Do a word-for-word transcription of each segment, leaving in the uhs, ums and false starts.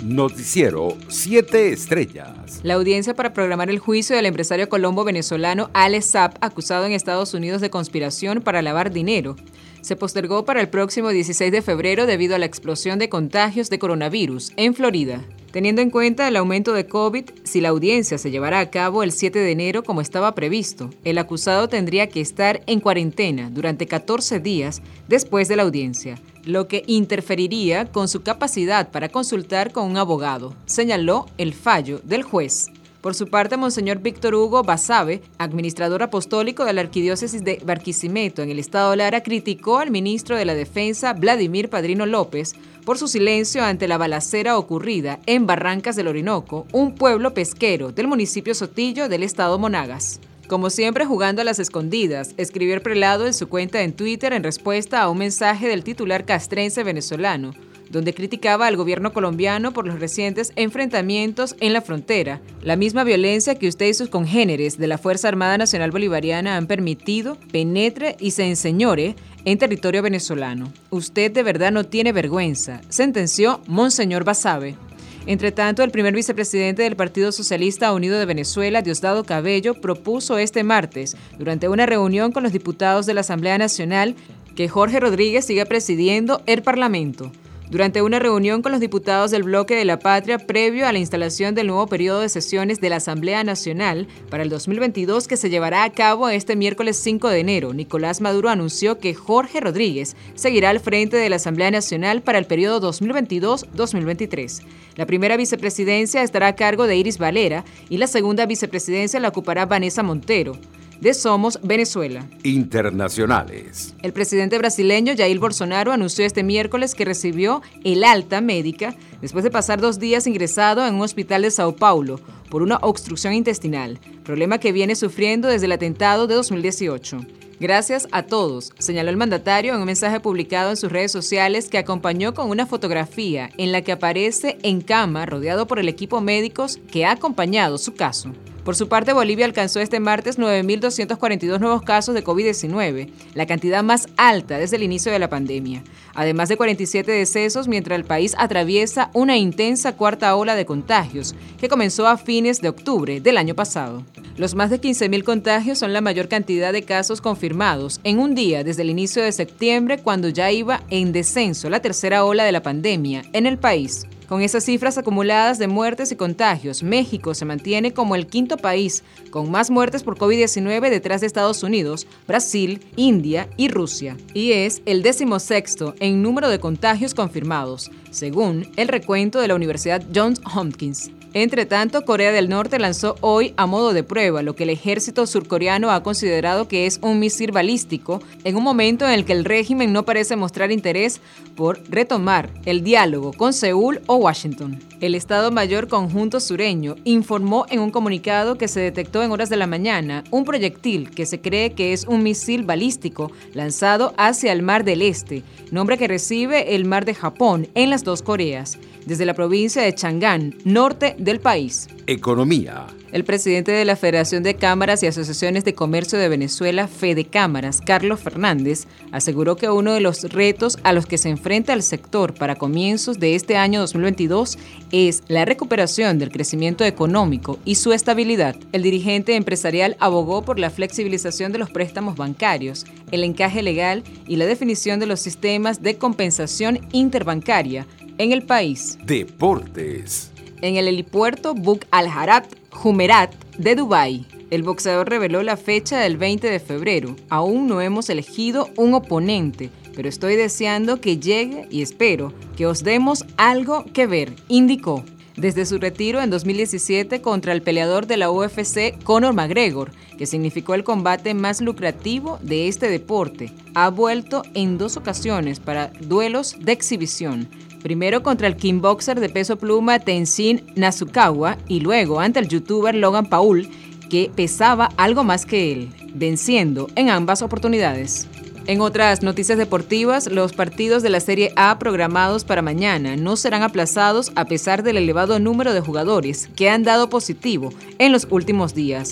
Noticiero siete Estrellas. La audiencia para programar el juicio del empresario colombo-venezolano Alex Saab, acusado en Estados Unidos de conspiración para lavar dinero, se postergó para el próximo dieciséis de febrero debido a la explosión de contagios de coronavirus en Florida. Teniendo en cuenta el aumento de COVID, si la audiencia se llevara a cabo el siete de enero como estaba previsto, el acusado tendría que estar en cuarentena durante catorce días después de la audiencia, lo que interferiría con su capacidad para consultar con un abogado, señaló el fallo del juez. Por su parte, Monseñor Víctor Hugo Basabe, administrador apostólico de la Arquidiócesis de Barquisimeto en el estado Lara, criticó al ministro de la Defensa, Vladimir Padrino López, por su silencio ante la balacera ocurrida en Barrancas del Orinoco, un pueblo pesquero del municipio Sotillo del estado Monagas. Como siempre, jugando a las escondidas, escribió el prelado en su cuenta en Twitter en respuesta a un mensaje del titular castrense venezolano, donde criticaba al gobierno colombiano por los recientes enfrentamientos en la frontera, la misma violencia que usted y sus congéneres de la Fuerza Armada Nacional Bolivariana han permitido, penetre y se enseñore en territorio venezolano. Usted de verdad no tiene vergüenza, sentenció Monseñor Basabe. Entre tanto, el primer vicepresidente del Partido Socialista Unido de Venezuela, Diosdado Cabello, propuso este martes, durante una reunión con los diputados de la Asamblea Nacional, que Jorge Rodríguez siga presidiendo el Parlamento. Durante una reunión con los diputados del Bloque de la Patria previo a la instalación del nuevo periodo de sesiones de la Asamblea Nacional para el dos mil veintidós, que se llevará a cabo este miércoles cinco de enero, Nicolás Maduro anunció que Jorge Rodríguez seguirá al frente de la Asamblea Nacional para el periodo dos mil veintidós dos mil veintitrés. La primera vicepresidencia estará a cargo de Iris Valera y la segunda vicepresidencia la ocupará Vanessa Montero, de Somos Venezuela. Internacionales. El presidente brasileño Jair Bolsonaro anunció este miércoles que recibió el alta médica después de pasar dos días ingresado en un hospital de Sao Paulo por una obstrucción intestinal, problema que viene sufriendo desde el atentado de dos mil dieciocho. Gracias a todos, señaló el mandatario en un mensaje publicado en sus redes sociales que acompañó con una fotografía en la que aparece en cama rodeado por el equipo médicos que ha acompañado su caso. Por su parte, Bolivia alcanzó este martes nueve mil doscientos cuarenta y dos nuevos casos de COVID diecinueve, la cantidad más alta desde el inicio de la pandemia, además de cuarenta y siete decesos, mientras el país atraviesa una intensa cuarta ola de contagios que comenzó a fines de octubre del año pasado. Los más de quince mil contagios son la mayor cantidad de casos confirmados en un día desde el inicio de septiembre, cuando ya iba en descenso la tercera ola de la pandemia en el país. Con esas cifras acumuladas de muertes y contagios, México se mantiene como el quinto país con más muertes por COVID diecinueve detrás de Estados Unidos, Brasil, India y Rusia. Y es el decimosexto en número de contagios confirmados, según el recuento de la Universidad Johns Hopkins. Entre tanto, Corea del Norte lanzó hoy a modo de prueba lo que el ejército surcoreano ha considerado que es un misil balístico, en un momento en el que el régimen no parece mostrar interés por retomar el diálogo con Seúl o Washington. El Estado Mayor Conjunto Sureño informó en un comunicado que se detectó en horas de la mañana un proyectil que se cree que es un misil balístico lanzado hacia el Mar del Este, nombre que recibe el Mar de Japón en las dos Coreas, desde la provincia de Changán, norte del país. Economía. El presidente de la Federación de Cámaras y Asociaciones de Comercio de Venezuela, Fedecámaras, Carlos Fernández, aseguró que uno de los retos a los que se enfrenta el sector para comienzos de este año dos mil veintidós es la recuperación del crecimiento económico y su estabilidad. El dirigente empresarial abogó por la flexibilización de los préstamos bancarios, el encaje legal y la definición de los sistemas de compensación interbancaria en el país. Deportes. En el helipuerto Buk Al Arab Jumeirah de Dubái, el boxeador reveló la fecha del veinte de febrero. Aún no hemos elegido un oponente, pero estoy deseando que llegue y espero que os demos algo que ver, indicó. Desde su retiro en dos mil diecisiete contra el peleador de la U F C Conor McGregor, que significó el combate más lucrativo de este deporte, ha vuelto en dos ocasiones para duelos de exhibición. Primero contra el kickboxer de peso pluma Tenzin Nasukawa y luego ante el youtuber Logan Paul, que pesaba algo más que él, venciendo en ambas oportunidades. En otras noticias deportivas, los partidos de la Serie A programados para mañana no serán aplazados a pesar del elevado número de jugadores que han dado positivo en los últimos días,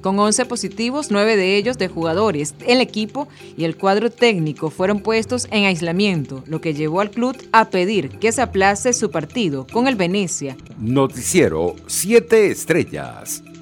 Con once positivos, nueve de ellos de jugadores, el equipo y el cuadro técnico fueron puestos en aislamiento, lo que llevó al club a pedir que se aplace su partido con el Venecia. Noticiero siete Estrellas.